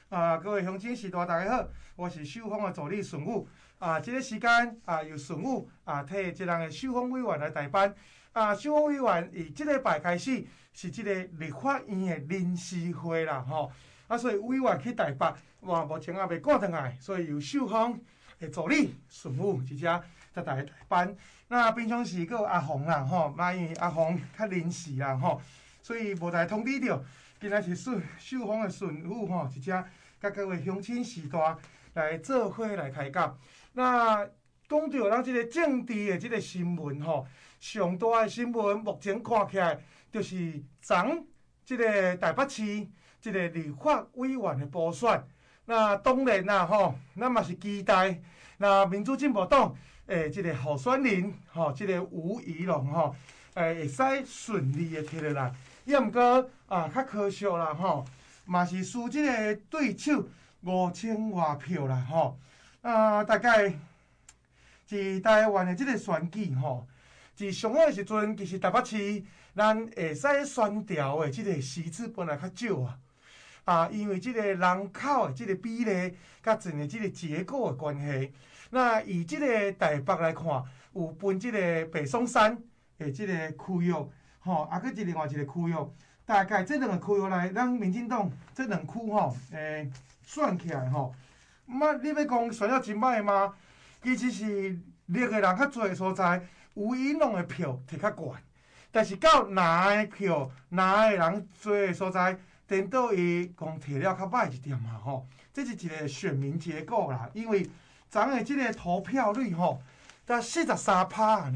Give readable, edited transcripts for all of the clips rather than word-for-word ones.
各位乡亲、时代大家好，我是秀峰的助理顺武。这个时间由顺武替这人的秀峰委员来代班。秀峰委员以这个拜开始是这个立法院的临时会啦，所以委员去代班，目前也未赶回来，所以由秀峰的助理顺武直接在大家代班。那平常时还有阿红啦，因为阿红较临时啦，所以无来通知到。今仔是秀峰的顺武直接甲各位乡亲时代来做伙来开讲。那讲到咱这个政治的这个新闻上大的新闻目前看起来就是昨这个台北市这个立法委员的补选。那当然啦咱嘛是期待那民主进步党这个候选人这个吴怡农会使顺利的摕落来。也毋过较可惜啦嘛是输即个对手5000外票啦大概是台湾的即个选举是上好的时阵，其实台北市咱会使选调的即个席次本来较少因为即个人口的即个比例甲整个即个结构的关系。那以即个台北来看，有分即个北松山的即个区域。佮另外一个区域，大概这两个区域内，咱民进党这两区选起来你要讲选了真歹吗？其实是绿的人较侪的所在，吴怡农的票摕较悬，但是到蓝的票、蓝的人侪的所在，颠倒伊讲摕了较歹一点这是一个选民结构啦。因为昨的这个投票率才43%尔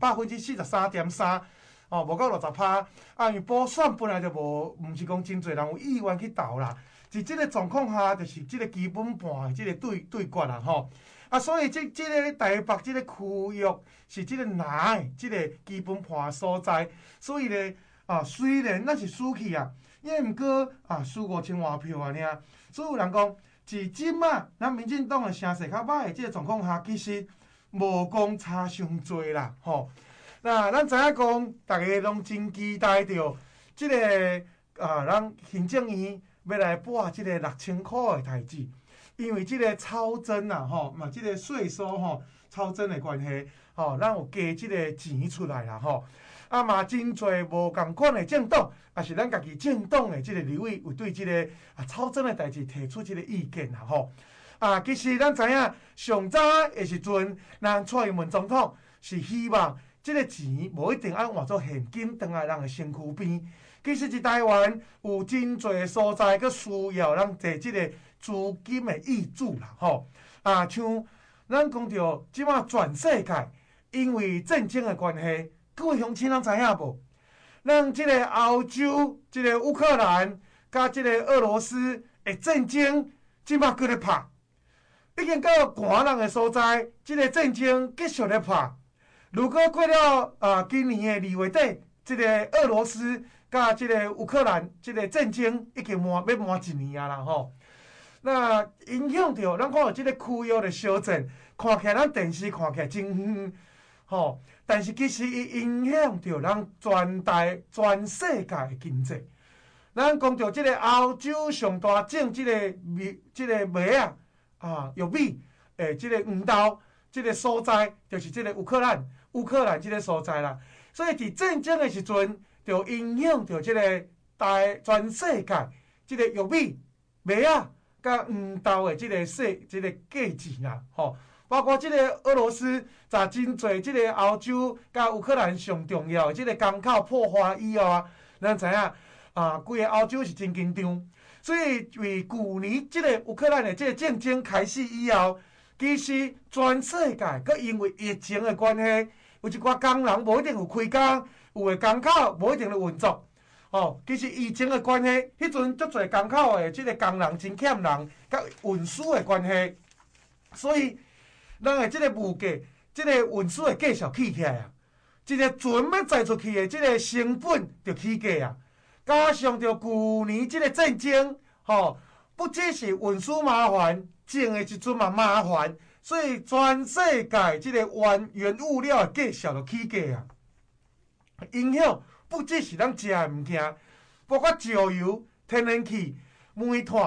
，43.3%。无到60%，因为补选本来就毋是讲真侪人有意愿去投啦，在即个状况下，就是即个基本盘的即个对决啦所以即个台北即个区域是即个蓝的即个基本盘所在，所以咧虽然咱是输去也毋过输5000外票尔，所以有人讲，至今咱民进党的声势较歹的即个状况下，其实无讲差伤侪啦那咱知影讲，大家拢真期待着即个咱行政院要来拨即个6000块的代志，因为即个超增嘛即个税收超增的关系咱有加即个钱出来啦嘛真侪无共款的政党，也是咱家己政党的即个立委有对即个超增的代志提出即个意见啦其实咱知影上早的时阵，咱蔡英文总统是希望。这个钱无一定按换做现金放在人的身躯边，其实，在台湾有真侪所在，佮需要咱坐这个资金的挹注啦像咱讲到即马全世界，因为战争的关系，各位乡亲咱知影无？咱这个欧洲、这个乌克兰甲这个俄罗斯的战争，即马搁咧拍，已经到寒人的所在，这个战争继续咧拍。如果过了今年的2月底，这个俄罗斯甲这个乌克兰这个战争已经要满1年啦那影响到咱看到这个区域的小镇，看起来咱电视看起来真远但是其实伊影响到咱全世界的经济。咱讲到这个欧洲上大种这个麦玉米这个黄豆。这个所在就是这个乌克兰这个所在啦，所以伫战争的时阵，就影响到这个全世界这个玉米、麦甲黄豆的这个价钱啦，包括这个俄罗斯，在真侪这个欧洲甲乌克兰上重要的这个港口破坏以后咱知影规个欧洲是真紧张，所以为去年这个乌克兰的这个战争开始以后。其实全世界，佮因为疫情的关系，有一寡工人无一定有开工，有的港口无一定有运作。其实疫情的关系，迄阵足侪港口的即个工人真欠人，佮运输的关系，所以咱的即个物价，即个运输的价钱起起来一个船要载出去的即个成本就起价加上着去年即个战争，不只是运输麻烦。种的时阵嘛麻烦，所以全世界这个原物料的价钱就起价影响不只是咱食的物件，包括石油、天然气、煤炭，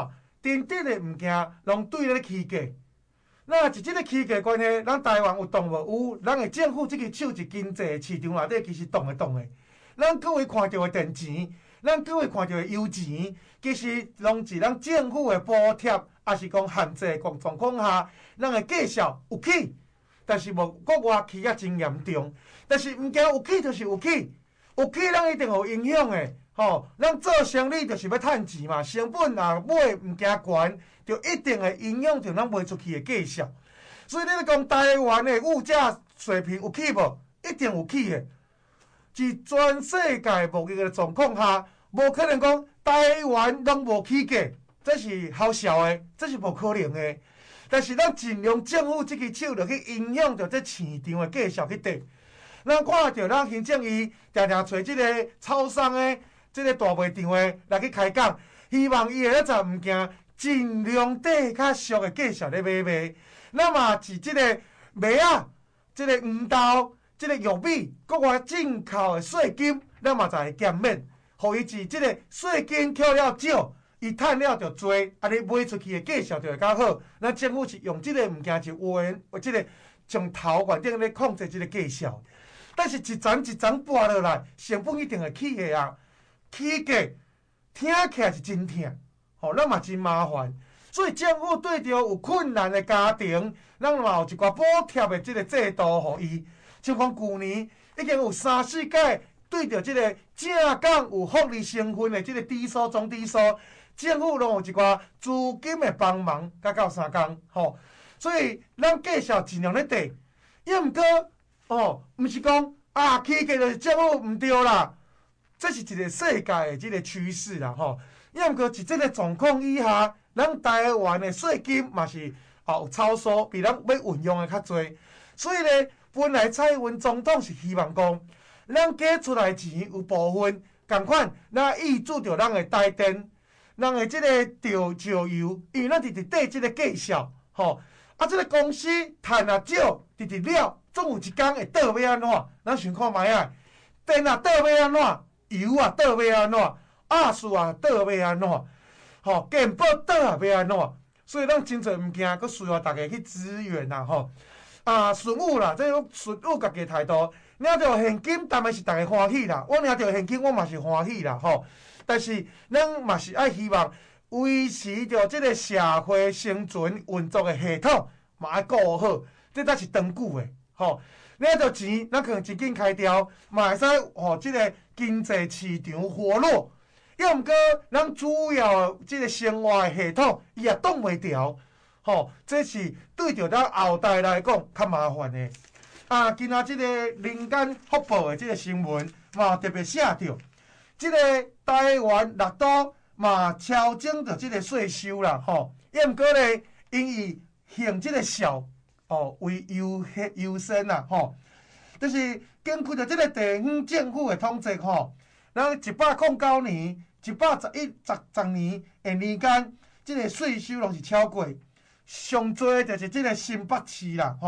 等等的物件，拢对咧起价。那是即个起价关系，咱台湾有动无？有，咱的政府即个手是经济市场内底其实动的。咱各位看到的电钱，咱各位看到的油钱，其实拢是咱政府的补贴，也是讲限制状况下，咱的计数有起，但是无国外起啊真严重。但是物件有起就是有起，有起咱一定有影响的。咱做生意就是要趁钱嘛，成本若买物件悬，就一定会影响到咱卖出去的计数。所以你讲台湾的物价水平有起无？一定有起的。在全世界贸易的状况下，无可能讲台湾拢无起价，这是好笑的，这是无可能的。但是咱尽量政府这个手就去影响到这市场的计数去跌。咱看到咱行政院常常找这个超商的。即个大卖场的来去开讲，希望伊会在物件尽量底较俗的价钱咧卖。那么是即个麦仔、即个黄豆、即个玉米，国外进口的税金，咱嘛才会减免，互伊是即个税金扣了少，伊趁了就多，安尼卖出去的价钱就会较好。咱政府是用即个物件是即个从头原顶咧控制即个价钱，但是一层一层搬落来，成本一定会起的啊。起价听起来是真痛，咱嘛真麻烦。所以政府对着有困难的家庭，咱嘛有一寡补贴的即个制度，互伊。像讲去年已经有3-4届对着即个正港有福利成分的即个低收、中低收，政府拢有一寡资金的帮忙，甲到3工，所以咱计数尽量咧低。也毋过，毋是讲起价就是政府毋对啦。这是一个世界的即个趋势啦，也毋过伫即个状况以下，咱台湾的税金嘛是有超收，比咱要运用的较侪。所以呢，本来蔡英文总统是希望讲，咱加出来钱有部分共款，咱挹注着咱的台电，咱的即个石油，因为咱直直缀即个计数，即个公司趁啊少，直直了，总有一天会倒要安怎？咱想看卖啊，电啊倒要安怎？油啊，倒要安怎？压缩啊，倒要安怎？健保倒也要安怎？所以咱真侪物件，佫需要大家去支援啦，顺务啦，这种顺务家己态度，领到现金当然是大家欢喜啦。我领到现金，我嘛是欢喜啦，但是咱嘛是爱希望维持着即个社会生存运作的系统，嘛爱顾好，这才是长久的，领到钱，咱可能真紧开销，嘛会使即个经济市场活络。要毋过，咱主要即个生活的系统，伊也挡袂牢。这是对着咱后代来讲较麻烦的。今仔即个《人间福报》的即个新闻，嘛特别写着，即个台湾6都嘛调整着即个税收啦。要毋过咧，因以行即个效。为优先啦，就是根据着即个地方政府的统计，咱109年、111、10年的年间，即个税收拢是超过，上多就是即个新北市啦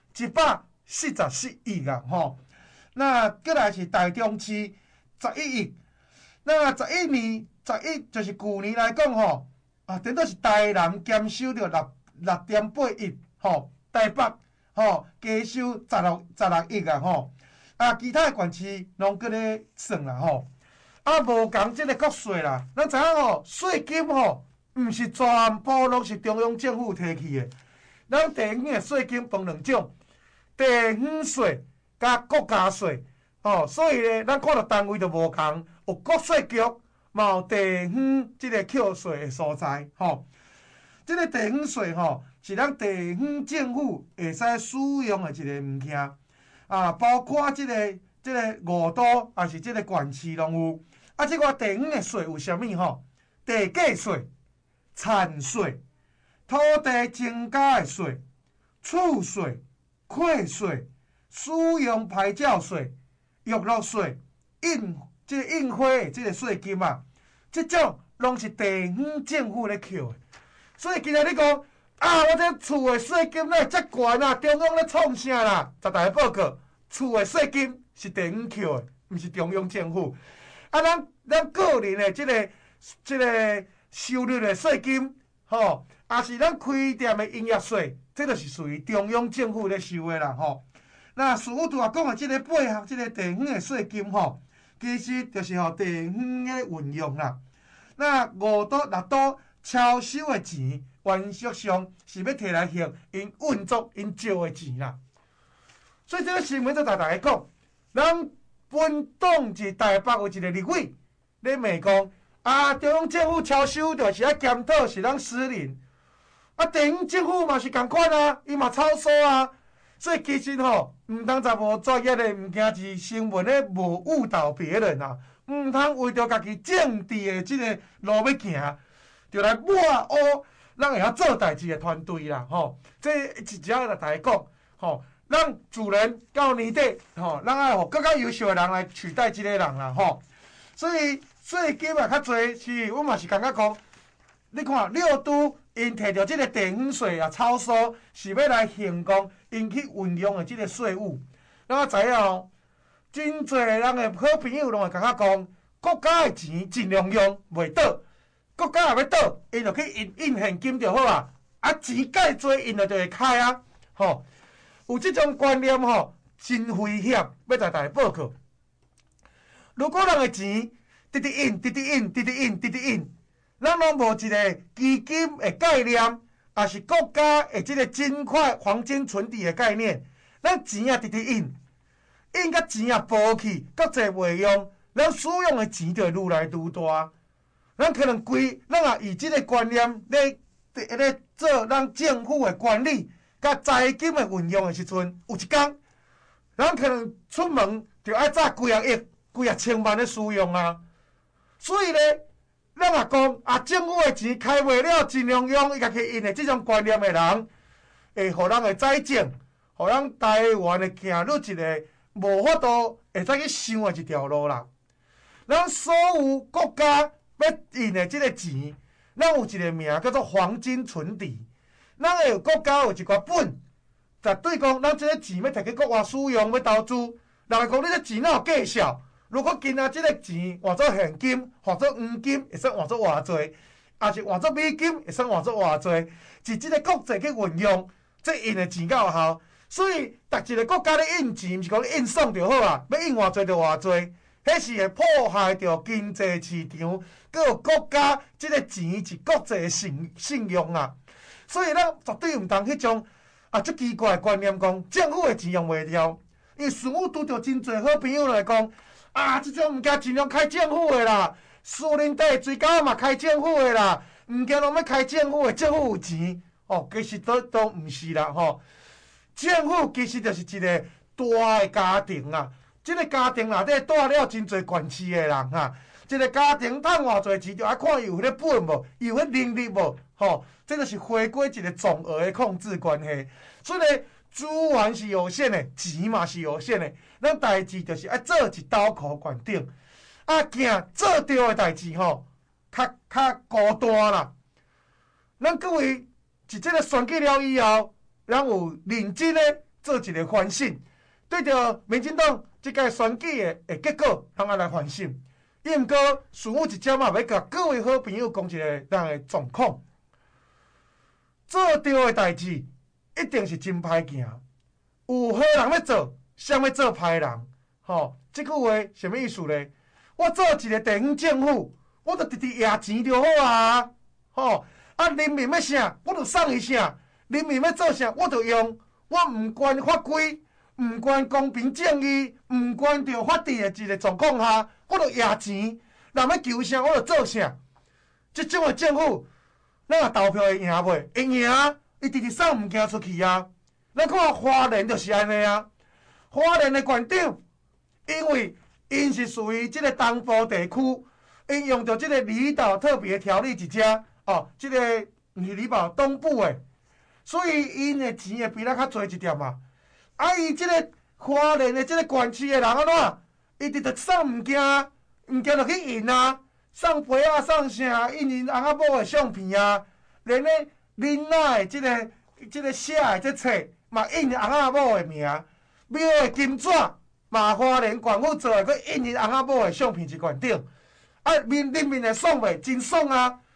，144亿啦，那过来是台中市11亿，那11就是去年来讲，顶多是台南减收着6.8亿，台北加收16亿啊，其他的县市拢搁咧算啦无共即个国税啦，咱知影税金毋是全部拢是中央政府摕去的，咱地方的税金分2种，地方税甲国家税所以咧，咱看到单位就无共，有国税局，嘛有地方即个扣税的所在即个地方税是咱地方政府会使使用的一个物件包括即个5都，也是即个县市拢有。即个地方的税有啥物地价税、产税、土地增加的税、厝税、契税、使用牌照税、娱乐税、印花的即个税金即种拢是地方政府咧扣的。所以今日你讲我这厝的税金咧遮悬啊，中央咧创啥啦？十大报告，厝的税金是地方扣的，毋是中央政府。咱个人的即个收入的税金， 也是咱开店的营业税，这就是属于中央政府咧收的啦，那师傅拄啊讲的即个背后即个地方的税金其实就是地方的运用啦。那5都6都超收的钱，原则上是要摕来还因运作因借的钱啦。所以这个新闻就大家讲，咱本党是台北有一个立委咧骂讲中央政府超收就是要检讨是咱私人，地方政府嘛是共款啊，伊嘛超收啊。所以其实唔通在无专业的物件是新闻咧无误导别人啊，唔通为着家己政治的即个路要行，就来抹黑咱会晓做代志的团队啦。这一只要来大家讲，咱主人到年底，咱爱互更较优秀的人来取代即个人啦。所以税金也较侪，是我嘛是感觉讲，你看6都因摕到即个地方税啊超收，是要来衡工因去运用的即个税务。咱知影真侪人的好朋友拢会感觉讲，国家的钱尽量用，袂倒。国家也要倒，因就去印现金就好啊。钱介多，因就会开啊。有即种观念真危险，要在大家报告。如果人的钱直印，咱拢无一个基金的概念，也是国家的即个金块、黄金存底的概念，咱钱直印甲钱无去，国际袂用，咱使用的钱就会愈来愈大。咱可能咱也以即个观念咧做咱政府的管理，甲财金的运用的时阵，有一天，咱可能出门就爱砸几啊亿、几啊千万的使用啊。所以咧，咱也讲政府的钱开袂了，尽量用伊家己印的即种观念的人，会互咱的财政，互咱台湾的行入一个无法度会使去想的一条路啦。咱所有国家要印的即个钱，咱有一个名叫做黄金存底。咱的国家有一寡本，绝对讲咱即个钱要摕去国外使用，要投资。人会讲你这钱哪有计数？如果今仔即个钱换做现金，换做黄金，会算换做偌济？也是换做美金，会算换做偌济？是即个国际去运用，这印的钱较有效。所以，逐一个国家咧印钱，毋是讲印爽就好啊，要印偌济就偌济。迄是会破坏着经济市场，佮有国家即个钱是国际信用啊。所以咱绝对毋通迄种足奇怪的观念，讲政府的钱用袂了。因为顺我拄着真侪好朋友来讲，即种物件尽量开政府的啦，私人地最高嘛开政府的啦，物件拢要开政府的，政府有钱其实都毋是啦政府其实就是一个大的家庭啊。即个家庭内底带了真侪权势的人一个家庭赚偌侪钱，就要看伊有迄个本无，伊有迄能力无这就是回归一个总额的控制关系。所以呢，资源是有限的，钱嘛是有限的。咱代志就是要做一刀口管定，行做对的代志较孤单啦。咱各位是这个选举了以后，咱有认真的做一个反省，对着民进党即个选举的结果，通来反省。伊毋过顺我一点要甲各位好朋友讲一个咱的状况。做对的代志一定是真歹行，有好人要做，谁要做歹人？即句话什么意思呢？我做一个地方政府，我就直直赢钱就好啊！人民要啥，我就送伊啥；人民要做啥，我就用。我毋管法规，毋管公平正义，毋管着法治的一个状况下，我就赢钱。人要求啥，我就做啥。即种的政府，咱也投票会赢袂？会赢，伊直直送物件出去啊！咱看花莲就是安尼啊。花莲的县长，因为因是属于即个东部地区，因用着即个离岛特别条例一只即个毋是离岛东部的，所以因的钱会比咱较侪一点嘛。伊即个花莲的即个县市的人安怎？伊直直送物件，物件就去印啊，送杯啊，送啥，印因翁仔某的相片啊，连咧囡仔的即个写的这册嘛印翁仔某的名，庙的金纸嘛花莲县府做的，佮印因翁仔某的相片一罐顶。人民会爽袂？真爽啊！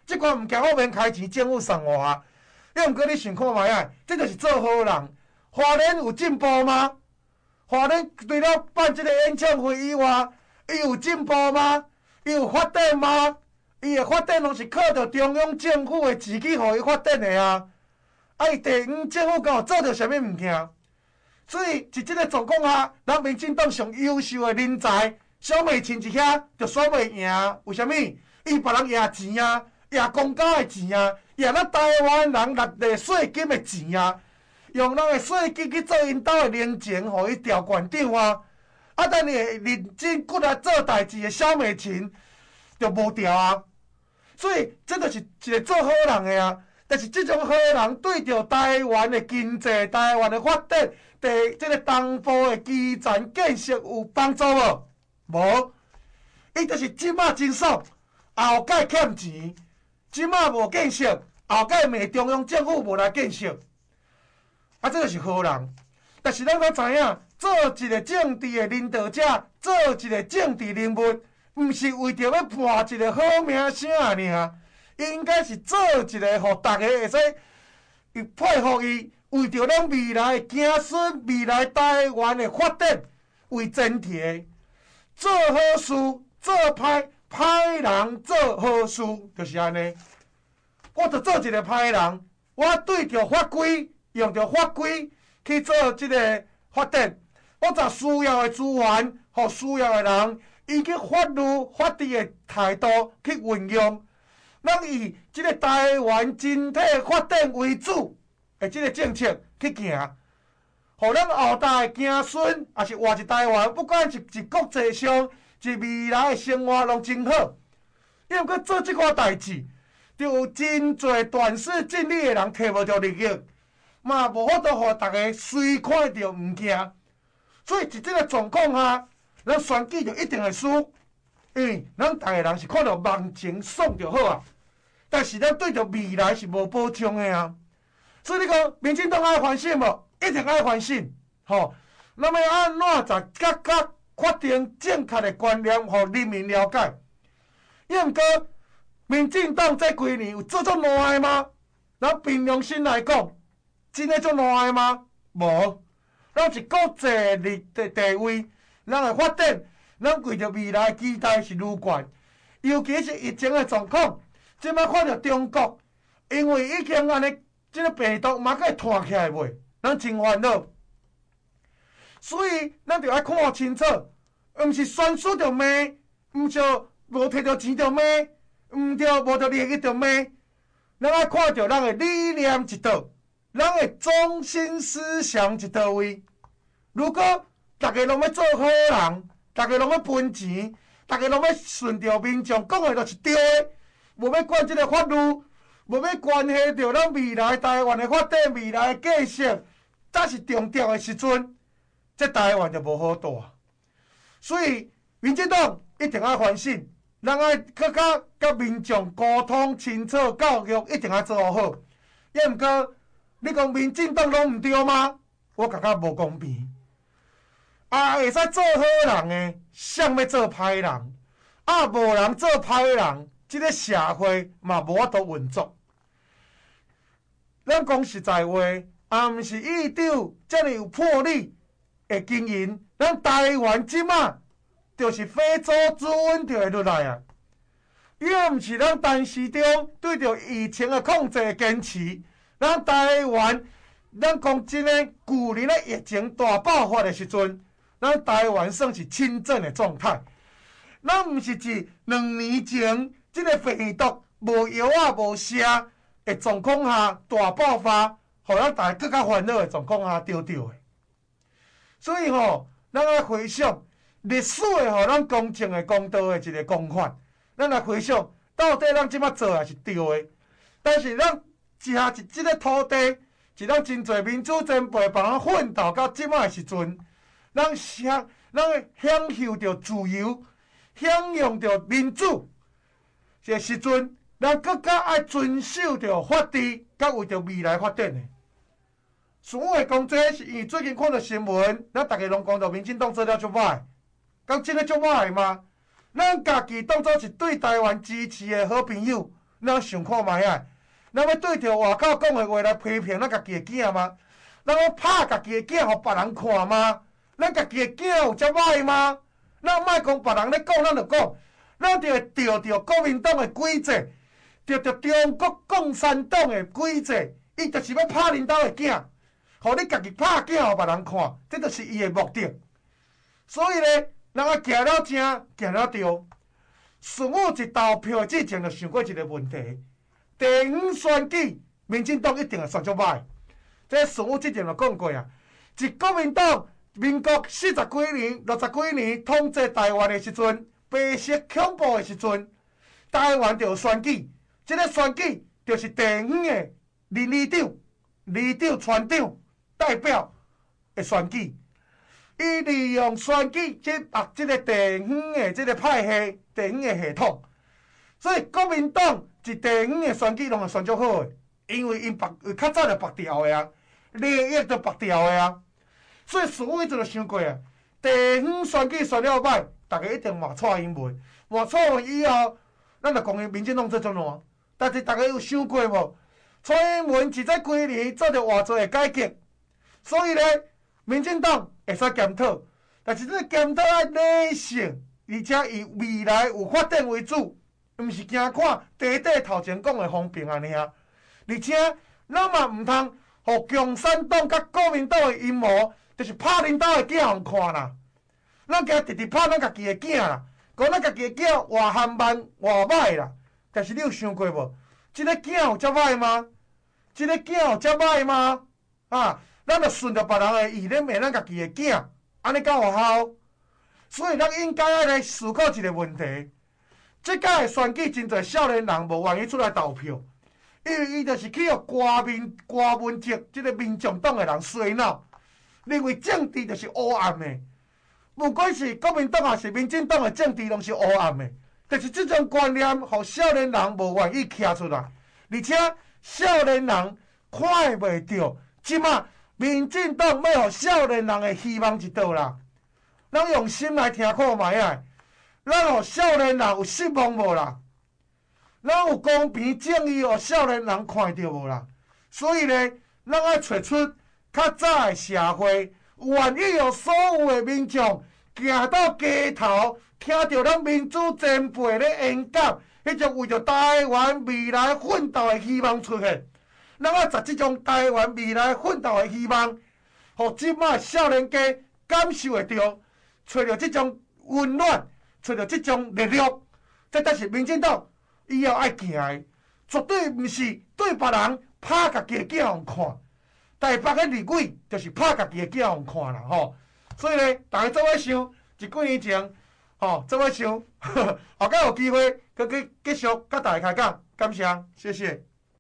即款物件我免开钱，政府送我啊。要毋过你想看觅啊，这就是做好人。华人有进步吗？华人除了办这个演唱会以外，伊有进步吗？伊有发展吗？伊的发展拢是靠着中央政府的钱去互伊发展的啊。啊，伊地方政府敢有做着啥物物件？所以伫即个状况下，咱民进党上优秀的人才，小美亲一遐就选袂赢。为虾米？伊别人赢钱啊，赢公家的钱啊，赢咱台湾人纳的税金的钱啊，用咱的税金去做因兜的零钱，互伊调县长啊。啊，等你认真骨力做代志的小美琴就无调啊。所以这就是一个做好人的啊。但是这种好人对着台湾的经济、台湾的发展、这个东部的基层建设有帮助无？无，伊就是即马真爽，后届欠钱，即马无建设，后届骂中央政府无来建设，啊，这就是好人。但是咱都知影，做一个政治的领导者，做一个政治人物，毋是为着要博一个好名声尔。应该是做一个，互大家会使佩服伊，为着咱未来的子孙、未来台湾的发展为前提，做好事、做歹人做好事，就是安尼。我着做一个歹人，我对着法规，用着法规去做即个发展，我把需要的资源，互需要的人，以去法律法治的态度去运用。咱以即个台湾整体发展为主的即个政策去行，互咱后代子孙也是活伫台湾，不管是国际上，是未来的生活拢真好。因为佮做即款代志，就有真侪短视尽力的人摕无着利益，嘛无法度互大家随看到物件。所以伫即个状况下，咱选举就一定会输。因为咱逐个人是看到梦前爽就好啊，但是咱对着未来是无保障的啊。所以你讲民进党爱反省无？一定爱反省，吼。那么安怎才甲确定正确的观念，互人民了解？因毋过民进党这几年有做烂的吗？咱凭良心来讲，真诶做烂的吗？无。咱是国际的地位，咱的发展。咱为着未来期待是愈悬，尤其是疫情的状况，即摆看到中国，因为已经安尼，即个病毒嘛，会拖起来袂？咱真烦恼。所以咱着爱看清楚，毋是选输着骂，毋是无摕着钱着骂，毋着无着利益着骂。咱爱看着咱的理念一道，咱的中心思想一到位。如果大家拢要做好人，大家拢要分钱，大家拢要顺着民众讲的，就是对的。无要管即个法律，无要关系着咱未来台湾的发展、未来的建设，才是重要的时阵，这台湾就无好大。所以民进党一定要反省，咱爱更加甲民众沟通清楚，教育一定要做好。也毋过，你讲民进党拢毋对吗？我感觉无公平。会使做好人的，谁要做歹人？无人做歹人，即个社会嘛无法度运作。咱讲实在话，毋是议长遮尔有魄力的经营，咱台湾即马就是非洲猪瘟就会落来啊！要毋是咱陈市长对着疫情的控制坚持，咱台湾，咱讲真诶，去年咧疫情大爆发的时阵。咱台湾算是清正的状态，咱毋是自2年前即个病毒无药啊、无声的状况下大爆发，互咱大家更加烦恼的状况下着的。所以咱来回想历史的，互咱公正的、公道的一个公法，咱来回想到底咱即摆做也是对的。但是咱食即个土地，是咱真侪民主前辈帮咱奋斗到即摆的时阵。咱会享受着自由，享用着民主的时阵，咱更加爱遵守着法治，甲为着未来发展的。所以讲这是因为最近看到新闻，咱大家拢讲到民进党做了足歹，讲真诶足歹吗？咱家己当作是对台湾支持的好朋友， 咱想看卖啊，咱要对着外口讲的话来批评咱家己的囝吗？咱要拍家己的囝，互别人看吗？咱家己的囝有遮歹吗？咱莫讲别人咧讲，咱就讲，咱就会着着国民党的规则，着着中国共产党的规则，伊就是要拍恁兜的囝，互你家己拍囝互别人看，这就是伊的目的。所以咧，咱啊行了正，行了对。顺武一投票之前就想过一个问题：第五选举，民进党一定会选足歹。这顺武之前就讲过啊，自国民党民国40几年、60几年统治台湾的时阵，白色恐怖的时阵，台湾就有选举。这个选举就是第五个里长、村长代表的选举。伊利用选举这个第五的这个派系、第五的系统，所以国民党是第五的选举拢会选足好的，因为因较早就绑掉的啊，利益都绑掉的啊，所以顺武一直就想过啊，第五选举选了歹，大家一定骂蔡英文，骂蔡英文以后，咱就讲伊民进党做怎烂，但是大家有想过无？蔡英文是在几年做着偌济的改革，所以咧。民进党会使检讨，但是这个检讨要理性，而且以未来有发展为主，毋是惊看短短头前讲的方便安尼啊。而且咱嘛毋通互共产党甲国民党的阴谋，就是拍恁兜的囝互看啦。咱惊直直拍咱家己的囝啦，讲咱家己的囝偌含慢偌歹啦。但是你有想过无？这个囝有遮歹吗？这个囝有遮歹吗？啊！咱就顺着别人的意咧骂咱家己的囝，安尼敢有效？所以咱应该要来思考一个问题：即届的选举真侪少年人无愿意出来投票，因为伊就是去互瓜文籍即个民众党的人洗脑，认为政治就是黑暗的。不管是国民党还是民进党的政治，拢是黑暗的。但是即种观念，互少年人无愿意徛出来，而且少年人看袂到，即马。民进党要互少年人的希望一道啦，咱用心来听看卖啊！咱互少年人有失望无啦？咱有公平正义互少年人看到无啦？所以呢，咱要找出较早的社会，愿意有所有的民众行到街头，听到咱民主前辈咧演讲，迄种为着台湾未来奋斗的希望出现。咱要把这种台湾未来奋斗的希望，互即摆少年家感受会到，找到这种温暖，找到这种力量，这才是民进党以后爱行的，绝对毋是对别人拍家己的囝互看。台北的立委就是拍家己的囝互看啦，吼。所以咧，大家做伙想，一几年前，吼，做伙想，后摆有机会，佮继续甲大家开讲，感谢，谢谢。